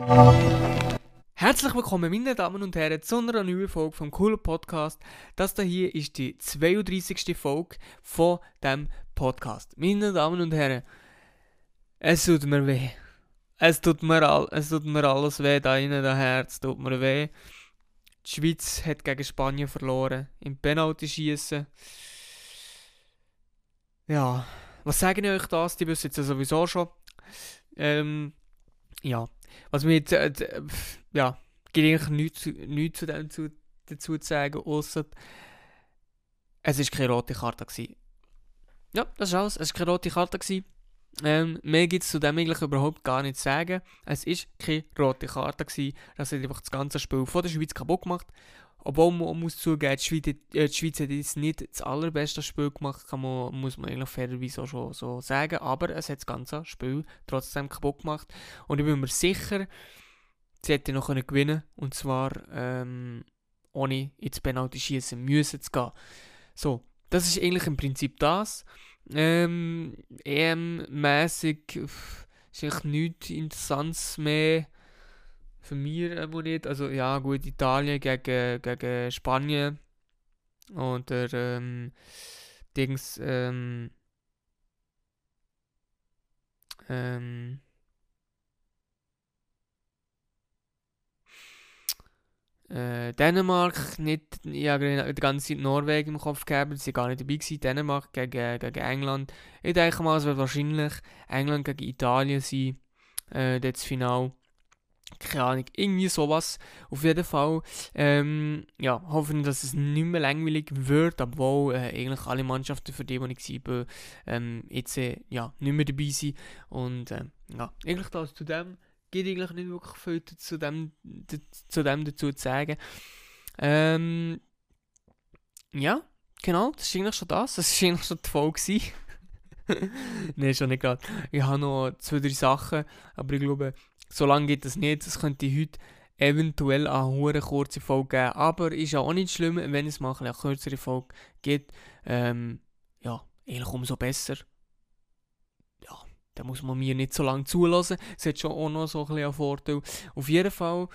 Herzlich willkommen, meine Damen und Herren, zu einer neuen Folge vom coolen Podcast. Das hier ist die 32. Folge von diesem Podcast. Meine Damen und Herren, es tut mir weh. Es tut mir alles weh, da innen, das Herz tut mir weh. Die Schweiz hat gegen Spanien verloren, im Penalty-Schiessen. Ja, was sage ich euch das? Die wissen jetzt ja sowieso schon. Ja, was mir jetzt, gibt eigentlich nichts dazu zu sagen, außer es war keine rote Karte gewesen. Ja, das ist alles. Es war keine rote Karte gewesen. Mehr gibt es zu dem eigentlich überhaupt gar nicht zu sagen. Es war keine rote Karte gewesen. Das hat einfach das ganze Spiel von der Schweiz kaputt gemacht. Obwohl man muss zugeben, die Schweiz hat jetzt nicht das allerbeste Spiel gemacht, muss man eigentlich fairerweise auch schon so sagen. Aber es hat das ganze Spiel trotzdem kaputt gemacht. Und ich bin mir sicher, sie hätte noch gewinnen können. Und zwar ohne ins Penalty-Schiessen müssen zu gehen. So, das ist eigentlich im Prinzip das. EM-mässig ist eigentlich nichts Interessantes mehr. Für mich nicht. Also ja gut, Italien gegen Spanien. Oder Dings Dänemark, nicht, ich habe die ganze Zeit Norwegen im Kopf gehabt, sie waren gar nicht dabei gewesen. Dänemark gegen England. Ich denke mal, es wird wahrscheinlich England gegen Italien sein, das Finale. Keine Ahnung, irgendwie sowas. Auf jeden Fall, hoffen, dass es nicht mehr langweilig wird, obwohl eigentlich alle Mannschaften, für die ich war, jetzt nicht mehr dabei sind. Und eigentlich das zu dem gibt eigentlich nicht wirklich viel zu dem dazu zu sagen. Ja, genau, das ist eigentlich schon das. Das war eigentlich schon die Folge. Nein, schon nicht gerade. Ich habe noch 2-3 Sachen, aber ich glaube, so lange geht das nicht. Es könnte heute eventuell eine kurze Folge geben, aber ist ja auch nicht schlimm, wenn es mal eine kürzere Folge gibt. Eigentlich umso besser. Ja, da muss man mir nicht so lange zulassen. Es hat schon auch noch so ein bisschen einen Vorteil. Auf jeden Fall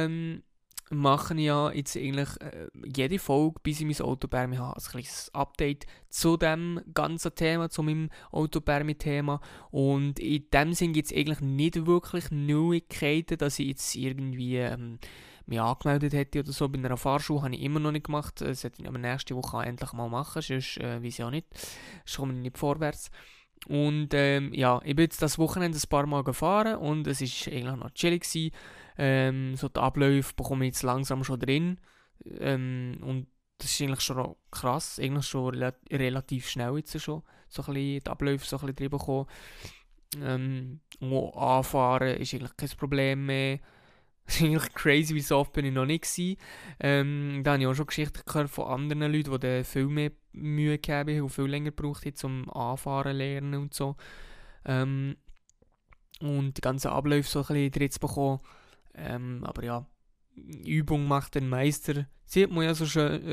mache ich ja jetzt eigentlich jede Folge, bis ich mein Autopermi habe, ein kleines Update zu dem ganzen Thema, zu meinem Autopermi-Thema. Und in dem Sinn gibt es eigentlich nicht wirklich Neuigkeiten, dass ich jetzt irgendwie mich angemeldet hätte oder so. Bei einer Fahrschule habe ich immer noch nicht gemacht. Das hätte ich aber nächste Woche endlich mal machen, sonst weiß ich auch nicht. Sonst komme ich nicht vorwärts. Und ich bin jetzt das Wochenende ein paar Mal gefahren und es war eigentlich noch chillig gewesen. So die Abläufe bekomme ich jetzt langsam schon drin. Und das ist eigentlich schon krass, eigentlich schon relativ schnell jetzt schon. So ein bisschen die Abläufe so ein bisschen drüber gekommen. Und anfahren ist eigentlich kein Problem mehr. Das ist eigentlich crazy, wie so oft bin ich noch nicht gewesen. Da habe ich auch schon Geschichten gehört von anderen Leuten, die dann viel mehr Mühe gegeben haben und viel länger gebraucht haben zum Anfahren lernen und so. Und die ganzen Abläufe so ein bisschen drin zu bekommen. Aber ja, Übung macht den Meister. Sieht man ja so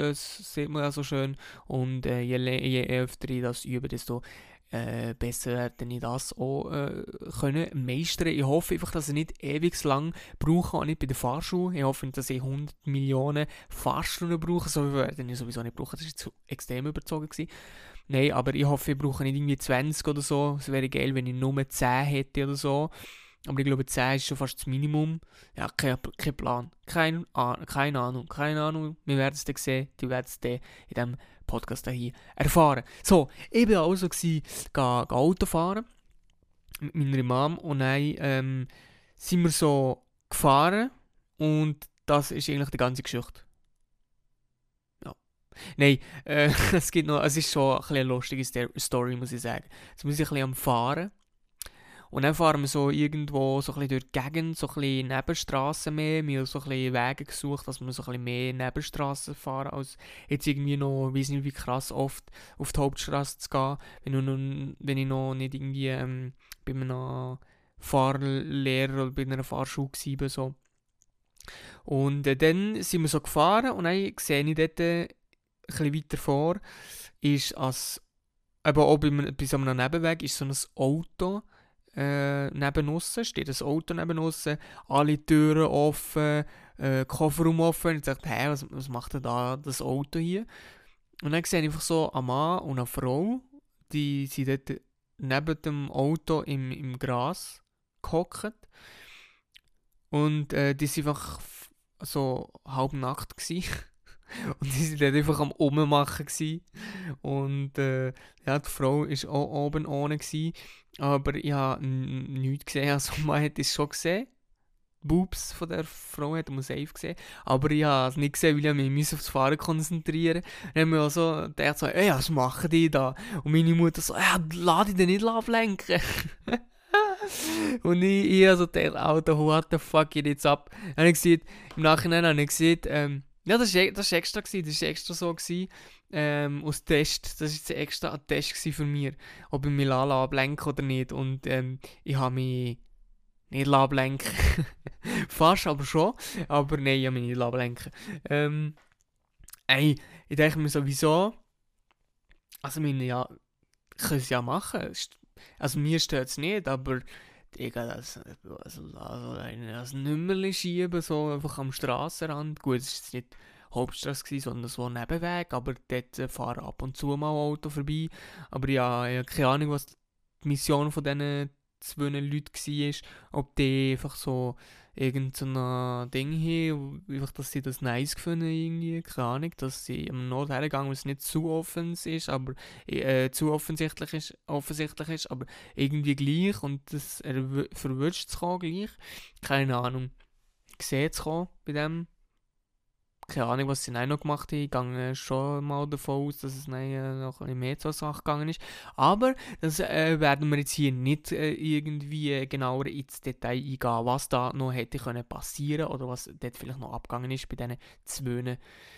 schön. Und je öfter ich das übe, desto besser werde ich das auch können meistern. Ich hoffe einfach, dass ich nicht ewig lang brauche, auch nicht bei der Fahrschule. Ich hoffe nicht, dass ich 100 Millionen Fahrstunden brauche. So werde ich sowieso nicht brauchen. Das war zu extrem überzogen gewesen. Nein, aber ich hoffe, ich brauche nicht irgendwie 20 oder so. Es wäre geil, wenn ich nur 10 hätte oder so. Aber ich glaube, 10 ist schon fast das Minimum. Ja, kein Plan. Keine Ahnung. Wir werden es dann sehen. Die werden es dann in diesem Podcast hier erfahren. So, ich war also Auto fahren mit meiner Mom und dann sind wir so gefahren und das ist eigentlich die ganze Geschichte. Ja. Nein, es ist schon ein bisschen eine lustige Story, muss ich sagen. Jetzt muss ich ein bisschen am Fahren. Und dann fahren wir so irgendwo so ein bisschen durch die Gegend, so ein bisschen Nebenstrassen mehr. Wir haben so ein bisschen Wege gesucht, dass wir so ein bisschen mehr Nebenstrassen fahren, als jetzt irgendwie noch, ich weiß nicht wie krass oft auf die Hauptstraße zu gehen, wenn ich noch nicht irgendwie bei einem Fahrlehrer oder bei einer Fahrschule war. So. Und dann sind wir so gefahren und dann sehe ich dort ein bisschen weiter vor, ist aber auch bei so einem Nebenweg ist so ein Auto, neben uns, steht ein Auto neben uns, alle Türen offen, Kofferraum offen. Und ich dachte, hey, was macht denn da das Auto hier? Und dann sehe ich einfach so einen Mann und eine Frau, die sind dort neben dem Auto im Gras gehockt. Und die waren einfach so halbnackt gewesen. Und die waren dort einfach am Rummachen gewesen. Und ja, die Frau war auch oben ohne gewesen. Aber ich habe nichts gesehen. Also man hat es schon gesehen. Die Boobs von der Frau hat man safe gesehen. Aber ich habe es nicht gesehen, weil ich mich auf das Fahren konzentrieren musste. Dann haben wir auch so gedacht, so, ey, was machen die da? Und meine Mutter so, ja, lass dich denn nicht ablenken. Und ich also gedacht, Alter, what the fuck geht jetzt ab? Und ich gesehen, im Nachhinein habe ich gesehen, ja, das war extra gewesen, das war extra so gewesen, aus Test. Das war jetzt extra ein Test für mich, ob ich mich ablenken oder nicht. Und ich habe mich nicht ablenken. Fast, aber schon. Aber nein, ich habe mich nicht ablenken. Ey, ich denke mir sowieso, also meine, ja, ich kann es ja machen. Also mir stört es nicht, aber Digga, das Nummerli schieben, so einfach am Strassenrand. Gut, es war nicht Hauptstrasse, sondern so ein Nebenweg, aber dort fahren ab und zu mal Auto vorbei. Aber ja, ich habe keine Ahnung, was die Mission von diesen 2 Leuten war. Ob die einfach so irgend so ein Ding haben, einfach, dass sie das nice gefunden irgendwie, keine Ahnung, dass sie am Nord hergegangen, weil es nicht zu offen ist, aber zu offensichtlich ist, aber irgendwie gleich und das verwünscht es gleich. Keine Ahnung. Gesehen zu bei dem. Keine Ahnung, was sie noch gemacht haben. Ich gehe schon mal davon aus, dass es noch ein bisschen mehr zur Sache gegangen ist. Aber das werden wir jetzt hier nicht irgendwie genauer ins Detail eingehen, was da noch hätte passieren können oder was dort vielleicht noch abgegangen ist bei diesen 2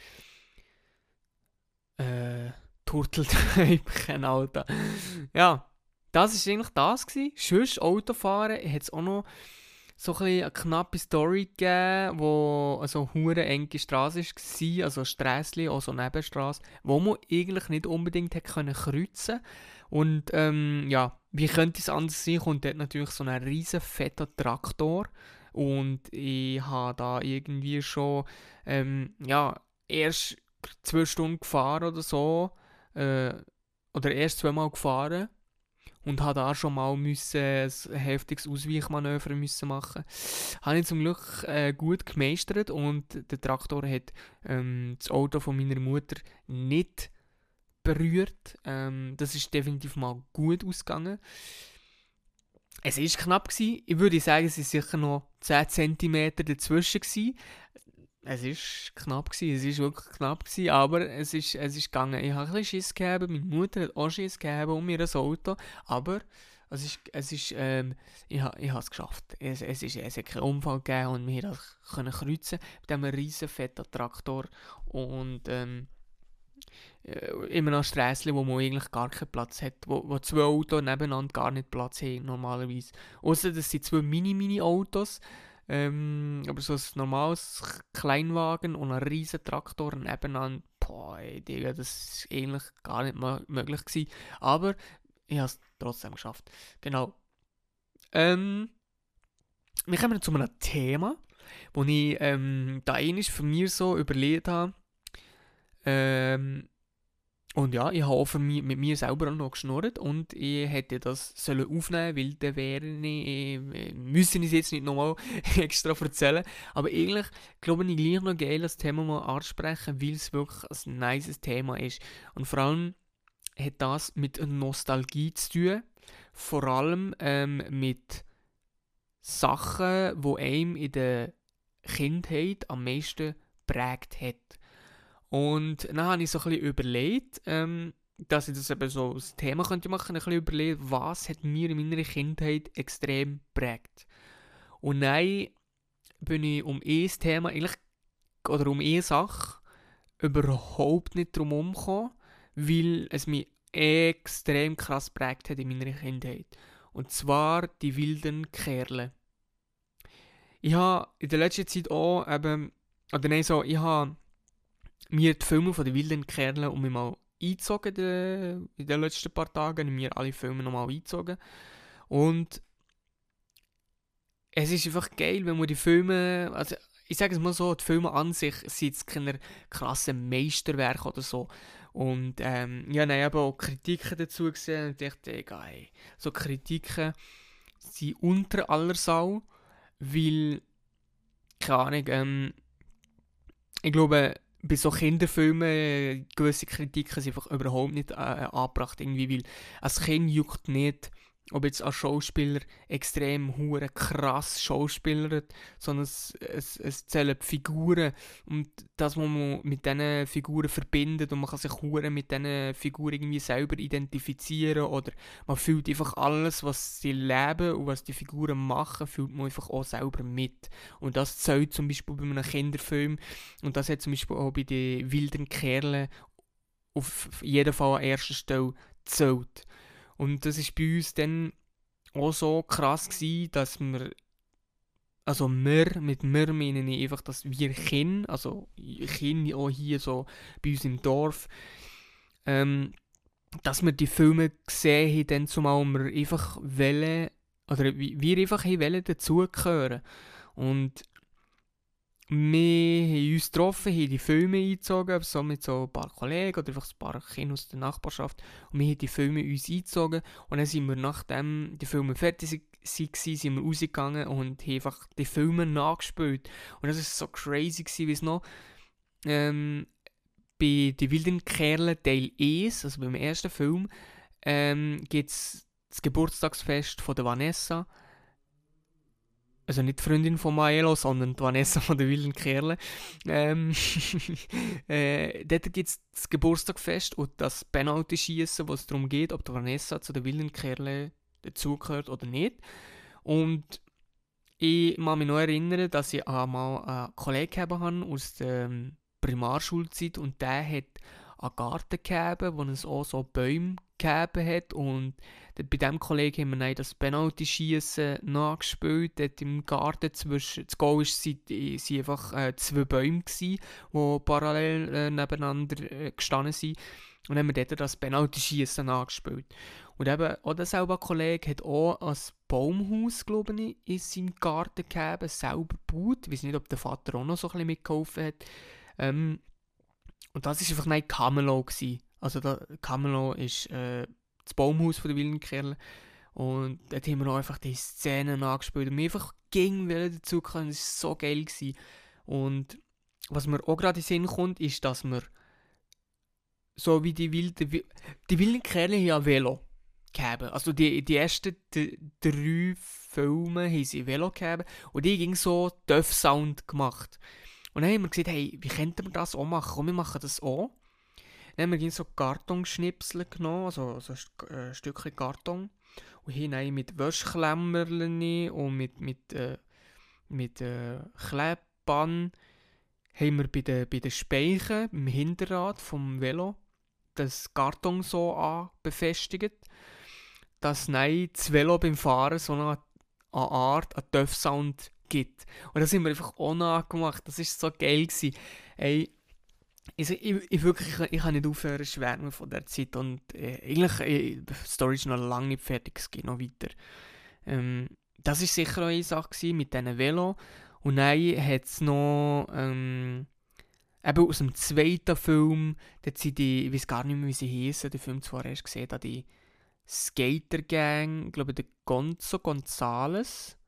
Turteltäubchen, Alter. Ja, das war eigentlich das gewesen. Sonst Autofahren hat es auch noch so eine knappe Story gegeben, wo also hure enge Straße war, also ein Strässli, also eine Nebenstraße, wo man eigentlich nicht unbedingt hätte kreuzen können. Und ja, wie könnte es anders sein, kommt dort natürlich so ein riesen fetter Traktor und ich habe da irgendwie schon ja, erst 2 Stunden gefahren oder so, oder erst 2-mal gefahren und habe da schon mal ein heftiges Ausweichmanöver machen. Habe ich zum Glück gut gemeistert und der Traktor hat das Auto von meiner Mutter nicht berührt. Das ist definitiv mal gut ausgegangen. Es war knapp gewesen. Ich würde sagen, es war sicher noch 10 cm dazwischen gewesen. Es war knapp gewesen, es war wirklich knapp gewesen, aber es ist gegangen. Ich habe ein bisschen Schiss gegeben, meine Mutter hat auch Schiss gegeben um ihr Auto, aber ich habe es geschafft. Es hat keinen Unfall gegeben und wir konnten kreuzen mit diesem riesen fetten Traktor und immer noch Strässli, wo man eigentlich gar keinen Platz hat, wo 2 Autos nebeneinander gar nicht Platz haben normalerweise. Außer das sind 2 Mini-Autos. Aber so ein normales Kleinwagen und ein riesen Traktor nebeneinander, boah, ey, Digga, das war eigentlich gar nicht möglich gewesen. Aber ich habe es trotzdem geschafft. Genau. Wir kommen zu einem Thema, das ich da einmal für mich so überlegt habe. Und ja, ich habe auch mit mir selber noch geschnurrt und ich hätte das aufnehmen sollen, weil dann müssen ich es jetzt nicht nochmal extra erzählen. Aber eigentlich glaube ich gleich noch geil, das Thema mal ansprechen, weil es wirklich ein nices Thema ist. Und vor allem hat das mit Nostalgie zu tun, vor allem mit Sachen, die einem in der Kindheit am meisten geprägt hat. Und dann habe ich so ein bisschen überlegt, dass ich das eben so als Thema könnte machen, ein bisschen überlegt, was hat mir in meiner Kindheit extrem geprägt. Und dann bin ich um ein Thema, oder um eine Sache, überhaupt nicht drum herumgekommen, weil es mich extrem krass geprägt hat in meiner Kindheit. Und zwar die wilden Kerle. Ich habe in der letzten Zeit auch eben, ich habe mir die Filme von den wilden Kerlen um mich mal eingezogen in den letzten paar Tagen. Mir alle Filme nochmal eingezogen. Und es ist einfach geil, wenn man die Filme, also ich sage es mal so, die Filme an sich sind jetzt keine krassen Meisterwerke oder so. Und ja, nein, aber auch Kritiken dazu gesehen und ich dachte, ey, so Kritiken sind unter aller Sau, weil, keine Ahnung, ich glaube, bei so Kinderfilmen gewisse Kritiken sind einfach überhaupt nicht angebracht, irgendwie, weil als Kind juckt nicht, ob jetzt ein Schauspieler extrem hure krass schauspielert, sondern es zählen die Figuren und das, was man mit diesen Figuren verbindet und man kann sich hure mit diesen Figuren irgendwie selber identifizieren oder man fühlt einfach alles, was sie leben und was die Figuren machen, fühlt man einfach auch selber mit. Und das zählt zum Beispiel bei einem Kinderfilm und das hat zum Beispiel auch bei den wilden Kerlen auf jeden Fall an erster Stelle zählt. Und das war bei uns dann auch so krass gewesen, dass wir, also wir, mit mir meine ich einfach, dass wir Kinder, also Kinder auch hier so bei uns im Dorf, dass wir die Filme gesehen haben, dann zumal wir einfach wollen, oder wir einfach wollen dazugehören. Und wir haben uns getroffen, haben die Filme eingezogen, so mit so ein paar Kollegen oder einfach ein paar Kinder aus der Nachbarschaft. Und wir haben die Filme uns eingezogen. Und dann sind wir, nachdem die Filme fertig waren, sind wir rausgegangen und haben einfach die Filme nachgespielt. Und das war so crazy, wie es noch bei «Die wilden Kerle» Teil 1, also beim ersten Film, gibt es das Geburtstagsfest von der Vanessa. Also nicht die Freundin von Maelo, sondern die Vanessa von den wilden Kerlen. Dort gibt es das Geburtstagsfest und das Penalty-Schießen, wo es darum geht, ob die Vanessa zu den wilden Kerlen dazugehört oder nicht. Und ich kann mich noch erinnern, dass ich einmal einen Kollegen hatte aus der Primarschulzeit und der hat einen Garten gehabt, wo es auch so Bäume gegeben hat und bei diesem Kollegen haben wir dann das Penalty-Schiessen nachgespielt. Dort im Garten zwischen, das Goal waren einfach 2 Bäume, die parallel nebeneinander gestanden sind. Und dann haben wir dort das Penalty-Schiessen nachgespielt. Und eben auch derselbe Kollege hat auch ein Baumhaus, glaube ich, in seinem Garten gehabt, selber gebaut. Ich weiß nicht, ob der Vater auch noch so ein bisschen mitgeholfen hat. Und das war einfach ein Camelot gewesen. Also Camelot ist das Baumhaus der wilden Kerle. Und dort haben wir auch einfach die Szenen angespielt. Und wir einfach gegen dazu können. Das war so geil gewesen. Und was mir auch gerade in den Sinn kommt, ist, dass wir so wie die wilden Kerle haben ja Velo gehabt. Also die ersten 3 Filme haben sie Velo gehabt. Und die ging so Töff-Sound gemacht. Und dann haben wir gesagt, hey, wie könnten wir das auch machen? Komm, wir machen das auch. Dann haben wir so Kartonschnipsel genommen, also so ein Stückchen Karton. Und haben mit Wäschklemmerchen und mit Klebband haben wir bei den Speichen, im Hinterrad vom Velo, das Karton so befestigt, dass das Velo beim Fahren so eine Art, einen Töff-Sound gibt. Und das haben wir einfach auch nachgemacht. Das war so geil gewesen. Ey, ich kann nicht aufhören zu schwärmen von der Zeit. Und eigentlich, die Story ist noch lange nicht fertig, es geht noch weiter. Das war sicher auch eine Sache gewesen, mit diesen Velo. Und dann hat es noch, eben aus dem zweiten Film, dort sind die, ich weiß gar nicht mehr, wie sie hießen, den Film zwar erst gesehen, da die Skater-Gang, ich glaube der Gonzo Gonzales.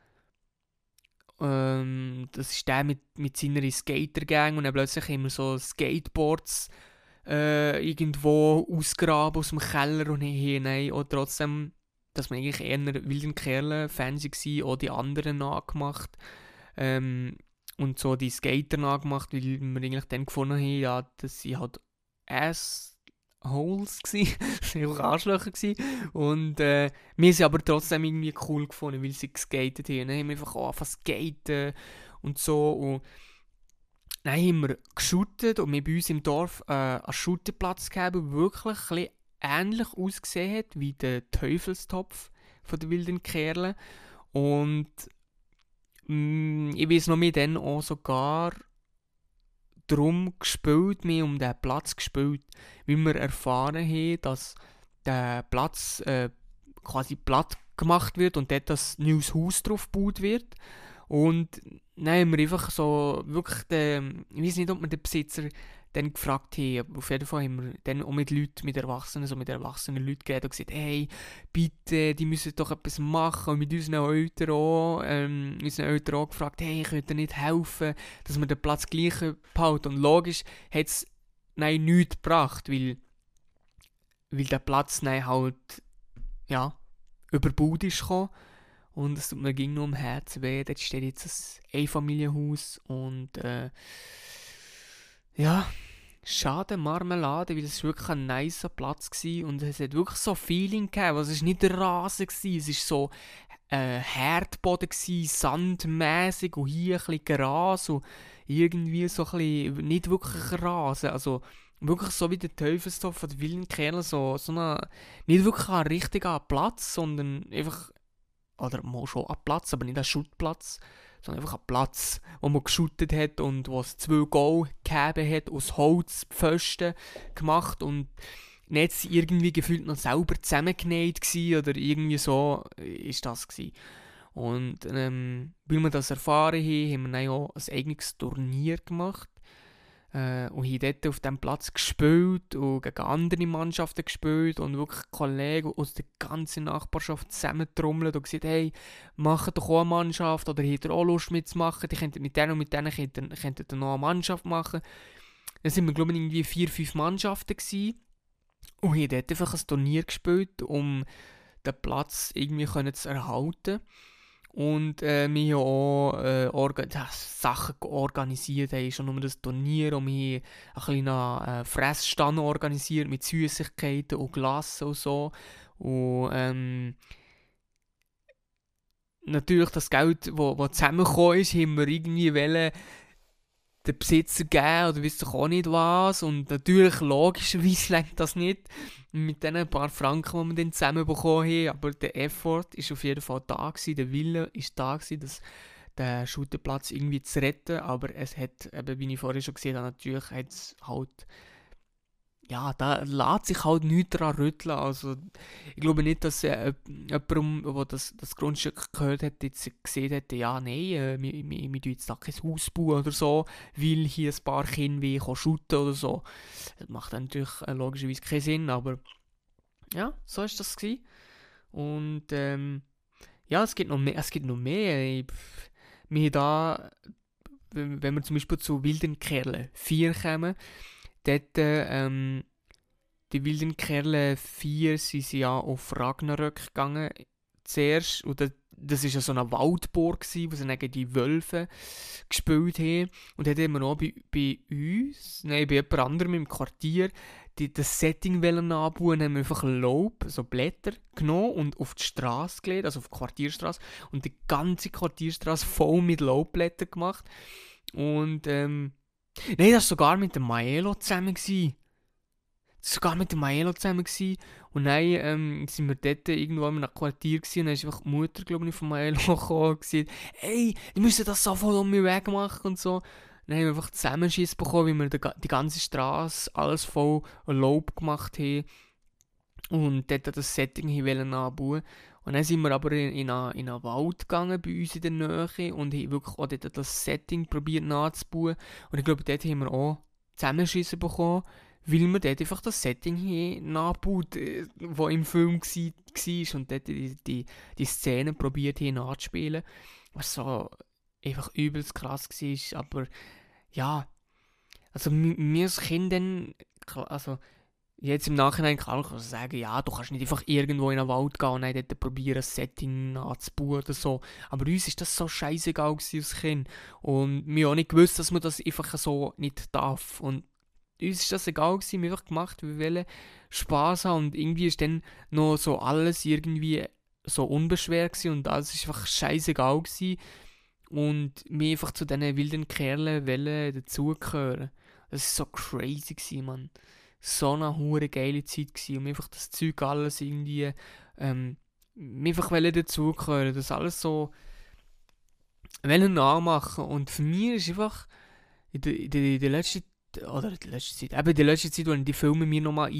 Das ist der mit seiner Skater-Gang und dann plötzlich haben wir so Skateboards irgendwo ausgraben aus dem Keller und haben auch trotzdem, dass wir eigentlich eher wilden Kerle-Fans waren, auch die anderen nachgemacht und so die Skater nachgemacht, weil wir eigentlich dann gefunden haben, ja, dass sie halt Assholes gsi, das waren auch Arschlöcher gsi. Und wir haben sie aber trotzdem irgendwie cool gefunden, weil sie geskatet haben. Dann haben wir einfach angefangen zu skaten und so. Und dann haben wir geshootet und wir bei uns im Dorf einen Shooterplatz gehabt, der wirklich ein bisschen ähnlich ausgesehen hat wie der Teufelstopf von den wilden Kerlen. Und ich weiß noch, wir dann auch sogar darum gespielt, wir um diesen Platz gespielt, weil wir erfahren haben, dass der Platz quasi platt gemacht wird und dort das neues Haus drauf gebaut wird. Und dann haben wir einfach so wirklich ich weiß nicht, ob wir den Besitzer dann gefragt haben, aber auf jeden Fall haben wir dann auch mit Leuten, mit erwachsenen Leuten geredet und gesagt, hey, bitte, die müssen doch etwas machen. Und mit unseren Eltern auch gefragt, hey, könnt ihr nicht helfen, dass wir den Platz gleich behalten. Und logisch hat es nichts gebracht, weil der Platz dann halt, ja, überbaut ist gekommen. Und es tut mir ging nur um Herz weh. Dort steht jetzt ein Einfamilienhaus und ja, schade Marmelade, weil es wirklich ein nicer Platz war und es hat wirklich so Feeling gegeben. Also es war nicht der Rasen, es war so Herdboden, sandmäßig und hier ein bisschen Gras und irgendwie so ein bisschen, nicht wirklich Rasen, also wirklich so wie der Teufelsdorf von den wilden Kerlen, so nicht wirklich ein richtiger Platz, sondern einfach, oder mal schon ein Platz, aber nicht ein Schuttplatz, sondern einfach ein Platz, wo man geschuttet hat und wo es 2 Goal gegeben hat, aus Holzpfosten gemacht und nicht irgendwie gefühlt noch selber zusammengenäht gsi oder irgendwie so ist das gsi. Und weil wir das erfahren haben wir dann auch ein eigenes Turnier gemacht. Und haben dort auf diesem Platz gespielt und gegen andere Mannschaften gespielt und wirklich Kollegen aus der ganzen Nachbarschaft zusammentrommelt und gesagt, hey, macht doch auch eine Mannschaft oder habt ihr auch Lust mitzumachen, die könntet mit denen und mit denen könntet ihr noch eine Mannschaft machen. Dann sind wir, glaube ich, irgendwie 4-5 Mannschaften gewesen und haben dort einfach ein Turnier gespielt, um den Platz irgendwie zu erhalten. Und wir haben auch Sachen organisiert, haben schon nur das Turnier und wir haben einen kleinen Fressstand organisiert mit Süßigkeiten und Glassen und so. Und natürlich das Geld, das zusammengekommen ist, haben wir irgendwie den Besitzer geben oder wisst doch auch nicht was. Und natürlich, logischerweise lenkt das nicht mit den paar Franken, die wir dann zusammenbekommen haben. Aber der Effort ist auf jeden Fall da gewesen, der Wille ist da gewesen, den Shooterplatz irgendwie zu retten. Aber es hat, eben, wie ich vorher schon gesehen habe, natürlich hat es halt, ja, da lässt sich halt nichts daran rütteln. Also, ich glaube nicht, dass jemand, der das Grundstück gehört hat, jetzt gesehen hätte, ja, nein, wir tun jetzt da kein Haus bauen oder so, weil hier ein paar Kinder shooten oder so. Das macht dann natürlich logischerweise keinen Sinn, aber ja, so war das gewesen. Und ja, es gibt noch mehr. Wir haben da, wenn wir zum Beispiel zu Wilden Kerlen 4 kommen, dort, die wilden Kerle 4 sind sie ja auf Ragnarök gegangen. Zuerst, und das war ja so eine Waldburg, wo sie gegen die Wölfe gespielt haben. Und dort haben wir auch bei jemand anderem im Quartier, das Setting anbauen, haben wir einfach Laub, so Blätter genommen und auf die Straße gelegt, also auf die Quartierstraße. Und die ganze Quartierstraße voll mit Laubblättern gemacht. Und nein, das war sogar mit dem Maelo zusammen. Und dann sind wir dort irgendwo in einem Quartier gewesen, und dann ist einfach die Mutter, glaube ich, von Maelo gekommen und gesagt, hey, die müssen das so voll um mich weg machen und so. Dann haben wir einfach Zusammenschiss bekommen, weil wir die ganze Straße alles voll Laub gemacht haben und dort das Setting wollen anbauen. Und dann sind wir aber in einen Wald gegangen, bei uns in der Nähe, und haben wirklich auch dort das Setting probiert nachzubauen. Und ich glaube, dort haben wir auch Zusammenschissen bekommen, weil wir dort einfach das Setting nachgebaut haben, das im Film war, und dort die Szenen probiert haben nachzuspielen. Was so einfach übelst krass war, aber ja, also mir als Kind dann, also jetzt im Nachhinein kann ich sagen, ja, du kannst nicht einfach irgendwo in einen Wald gehen und dann dort probieren, ein Setting nachzubauen oder so. Aber uns ist das so scheißegal als Kind. Und wir haben auch nicht gewusst, dass man das einfach so nicht darf. Und uns ist das egal gewesen, wir haben einfach gemacht, wir wollen Spass haben. Und irgendwie ist dann noch so alles irgendwie so unbeschwert gewesen und alles ist einfach scheißegal gewesen. Und wir einfach zu diesen wilden Kerlen wollen dazugehören. Das war so crazy gewesen, Mann. So eine hure geile Zeit gewesen. Und wir einfach das Zeug alles irgendwie, wir einfach wollen dazugehören. Das alles so wollen nachmachen. Und für mich ist einfach in der letzten Zeit, eben die letzte Zeit, wo ich die Filme mir nochmal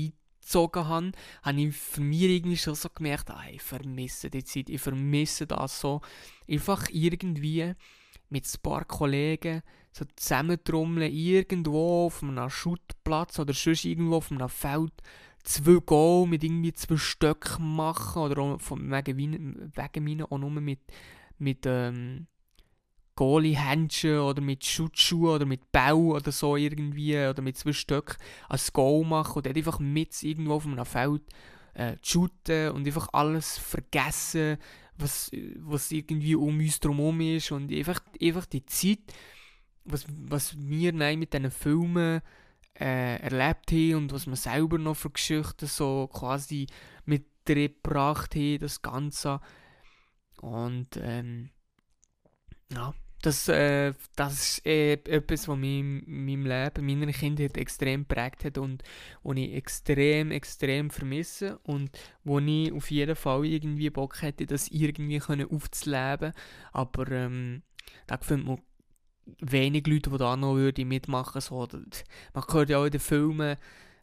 gezogen habe, habe ich für mich irgendwie schon so gemerkt, ich vermisse die Zeit, ich vermisse das so. Einfach irgendwie mit ein paar Kollegen so zusammentrommeln, irgendwo auf einem Schuttplatz oder sonst irgendwo auf einem Feld, 2 Goal mit irgendwie 2 Stöcken machen oder auch wegen meinen auch nur mit Goalie-Händchen oder mit Schutzschuhen oder mit Bau oder so irgendwie oder mit 2 Stöcken als Goal machen und dort einfach mit irgendwo auf einem Feld shooten und einfach alles vergessen, was irgendwie um uns herum ist und einfach die Zeit, was wir mit diesen Filmen erlebt haben und was wir selber noch für Geschichten so quasi mit gebracht haben, das Ganze. Und ja, das ist etwas, was mich in meinem Leben, meiner Kindheit extrem geprägt hat und was ich extrem vermisse und wo ich auf jeden Fall irgendwie Bock hätte, das irgendwie aufzuleben. Aber da gefällt mir wenig Leute, die da noch mitmachen würden. So, man hört ja auch in den Filmen,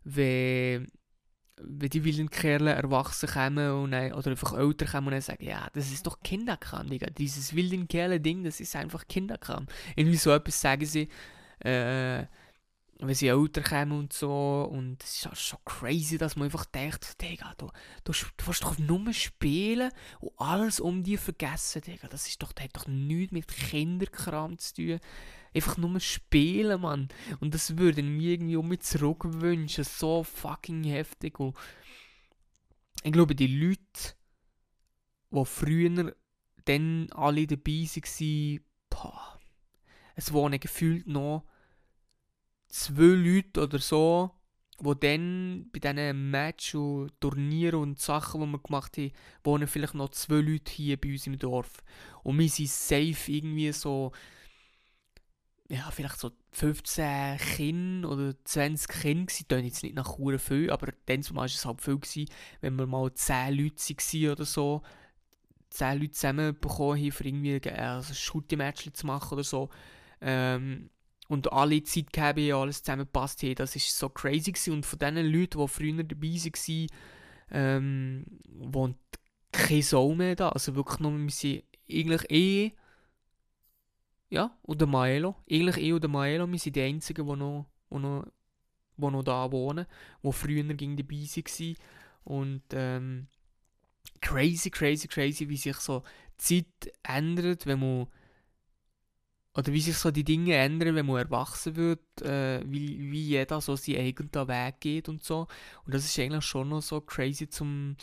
wenn die wilden Kerle erwachsen kommen und dann, oder einfach älter kommen und dann sagen, ja, das ist doch Kinderkram, Digga. Dieses wilden Kerle-Ding, das ist einfach Kinderkram. Irgendwie so etwas sagen sie, wenn sie älter kommen und so. Und es ist halt schon crazy, dass man einfach denkt, Digga, du willst doch nur spielen und alles um dich vergessen, Digga. Das hat doch nichts mit Kinderkram zu tun. Einfach nur spielen, Mann. Und das würde ich mir irgendwie um mich zurückwünschen. So fucking heftig. Und ich glaube, die Leute, die früher dann alle dabei waren, es wohnen gefühlt noch 2 Leute oder so, die dann bei diesen Matches und Turnieren und Sachen, die wir gemacht haben, wohnen vielleicht noch 2 Leute hier bei uns im Dorf. Und wir sind safe irgendwie so, ja, vielleicht so 15 Kinder oder 20 Kinder gewesen. Das jetzt nicht nach hure viel, aber dann war es halt viel gewesen, wenn wir mal 10 Leute waren oder so. 10 Leute zusammenbekommen haben, für irgendwie ein Shooting-Match zu machen oder so. Und alle Zeit gehabt haben, alles zusammengepasst haben. Das war so crazy gewesen. Und von den Leuten, die früher dabei waren, wohnt keine Sau mehr da. Also wirklich nur, wir sind eigentlich ja, und der Maelo. Eigentlich und der Maelo, wir sind die Einzigen, die noch da wohnen, die früher dabei waren. Und crazy, wie sich so die Zeit ändert, wenn man, oder wie sich so die Dinge ändern, wenn man erwachsen wird, wie jeder so seinen eigenen Weg geht und so. Und das ist eigentlich schon noch so crazy zum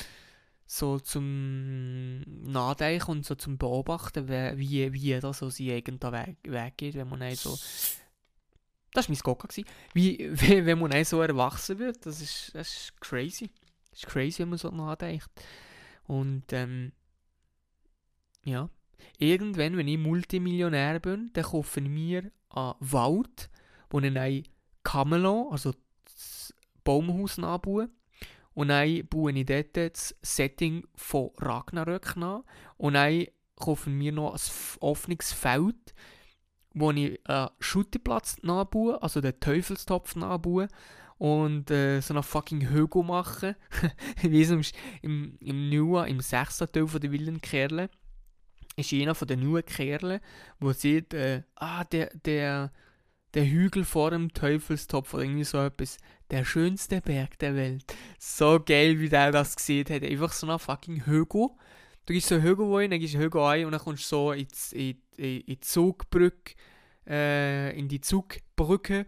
Nachdenken und so zum Beobachten, wie jeder so seinen eigenen Weg geht, wenn man dann so... Das war mein Gokka. Wenn man dann so erwachsen wird, das ist crazy. Das ist crazy, wenn man so nachdenkt. Und ja. Irgendwann, wenn ich Multimillionär bin, dann kaufe ich mir einen Wald, wo ich ein Camelot, also das Baumhaus nachbaue. Und dann baue ich dort das Setting von Ragnarök nach. Und dann kaufe ich mir noch ein offenes Feld, wo ich einen Schutterplatz nachbaue, also den Teufelstopf nachbaue. Und so einen fucking Hügel machen. Wie so im Neuen, im 6. Teil von der wilden Kerle, ist einer von den neuen Kerlen, der sieht, der Hügel vor dem Teufelstopf oder irgendwie so etwas, der schönste Berg der Welt. So geil, wie der das gesehen hat. Einfach so ein fucking Hügel. Du gehst so einen Hügel rein, dann gehst du einen Hügel ein und dann kommst du so in die Zugbrücke, in die Zugbrücke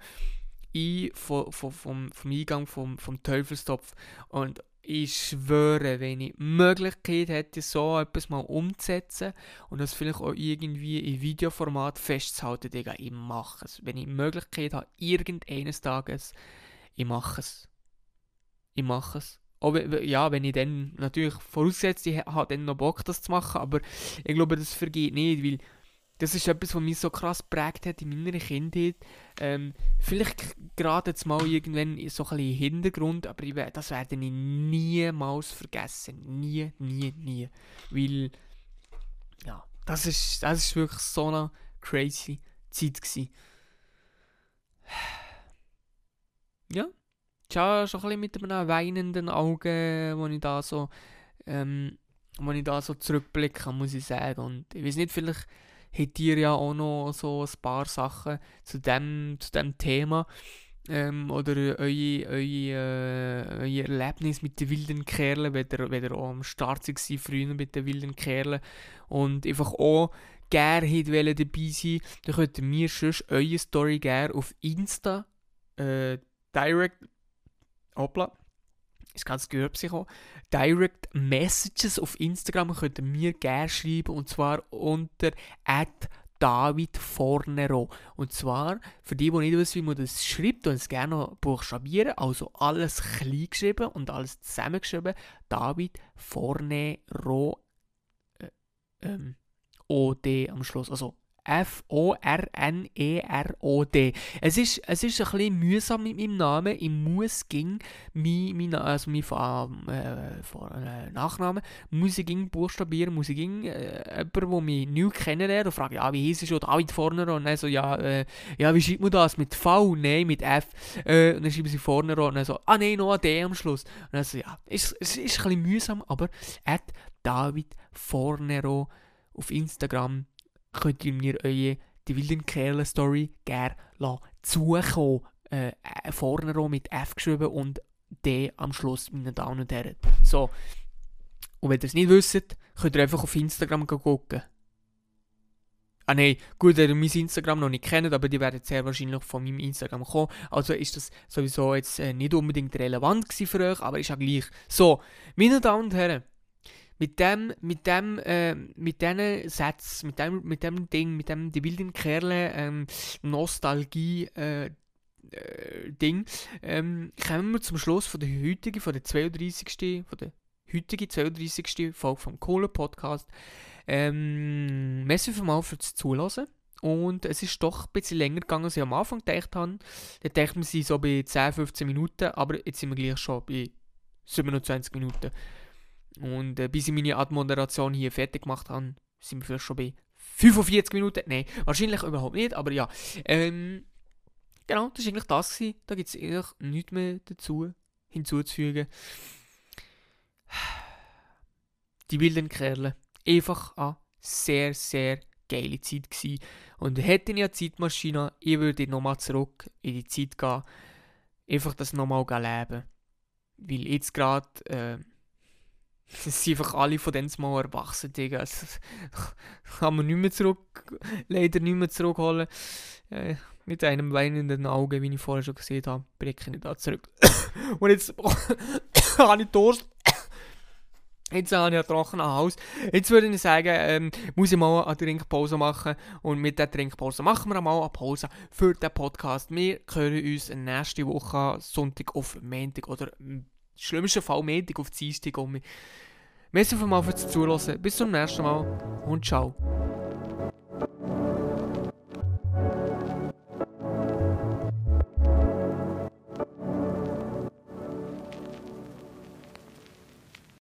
vom Eingang vom Teufelstopf. Und ich schwöre, wenn ich die Möglichkeit hätte, so etwas mal umzusetzen und das vielleicht auch irgendwie in Videoformat festzuhalten, Digga, ich mache es. Wenn ich die Möglichkeit habe, irgendeines Tages, ich mache es. Ich mache es. Auch wenn ich dann, natürlich vorausgesetzt, ich habe dann noch Bock, das zu machen, aber ich glaube, das vergeht nicht, weil das ist etwas, was mich so krass geprägt hat in meiner Kindheit. Vielleicht gerade jetzt mal irgendwann so ein bisschen im Hintergrund, aber das werde ich niemals vergessen. Nie. Weil, ja, das ist wirklich so eine crazy Zeit gewesen. Ja, schon ein bisschen mit einem weinenden Auge, wo ich da so zurückblicke, muss ich sagen. Und ich weiß nicht, vielleicht habt ihr ja auch noch so ein paar Sachen zu dem Thema. Oder euer Erlebnis mit den wilden Kerlen, wenn ihr auch am Start war früher mit den wilden Kerlen und einfach auch gerne dabei sein, dann könnt ihr mir sonst eure Story gerne auf Insta direct ist ganz gehört sich auch. Direct Messages auf Instagram könnt ihr mir gerne schreiben, und zwar unter @davidfornero. Und zwar, für die nicht wissen, wie man das schreibt und es gerne noch buchstabieren, also alles klein geschrieben und alles zusammengeschrieben, David Fornero, OD am Schluss, also Fornerod. Es ist ein bisschen mühsam mit meinem Namen. Ich muss meinen Nachnamen muss ich buchstabieren, muss ich jemanden, der mich neu kennenlernt, und fragt, ja, wie heisst du? David Fornero. Und dann so, ja, wie schreibt man das? Mit V? Nein, mit F. Und dann schreiben sie Fornero und dann so, nein, noch ein D am Schluss. Und dann so, ja, es ist ein bisschen mühsam, aber David Fornero auf Instagram könnt ihr mir die wilden Kerle-Story gerne zukommen. Vorne mit F geschrieben und D am Schluss, meine Damen und Herren. So. Und wenn ihr es nicht wisst, könnt ihr einfach auf Instagram gucken. Nein, gut, wenn ihr mein Instagram noch nicht kennt, aber die werden sehr wahrscheinlich von meinem Instagram kommen. Also ist das sowieso jetzt nicht unbedingt relevant für euch, aber ist ja gleich. So, meine Damen und Herren, mit diesen Sätzen, mit dem Ding, mit dem die wilden Kerle Nostalgie Ding, kommen wir zum Schluss von der heutigen 32. Folge vom Kohle-Podcast. Merci vielmals fürs Zuhören. Und es ist doch ein bisschen länger gegangen, als ich am Anfang gedacht habe. Da dachte wir, sind so bei 10-15 Minuten, aber jetzt sind wir gleich schon bei 27 Minuten. Und bis ich meine Admoderation hier fertig gemacht habe, sind wir vielleicht schon bei 45 Minuten. Nein, wahrscheinlich überhaupt nicht, aber ja. Genau, das war eigentlich das gewesen. Da gibt es eigentlich nichts mehr hinzuzufügen. Die wilden Kerle. Einfach eine sehr, sehr geile Zeit gewesen. Und hätte ich eine Zeitmaschine, ich würde nochmal zurück in die Zeit gehen. Einfach das nochmal leben. Weil jetzt gerade... Es sind einfach alle von denen mal erwachsen, Digga. Das kann man leider nicht mehr zurückholen. Mit einem weinenden Auge, wie ich vorher schon gesehen habe, blicke ich da zurück. Und jetzt habe ich Durst. Jetzt habe ich einen trockenen Hals. Jetzt würde ich sagen, muss ich mal eine Trinkpause machen. Und mit der Trinkpause machen wir mal eine Pause für den Podcast. Wir hören uns nächste Woche Sonntag auf Montag oder im schlimmsten Fall Montag auf Dienstag. Merci vielmals fürs Zuhören. Bis zum nächsten Mal und ciao.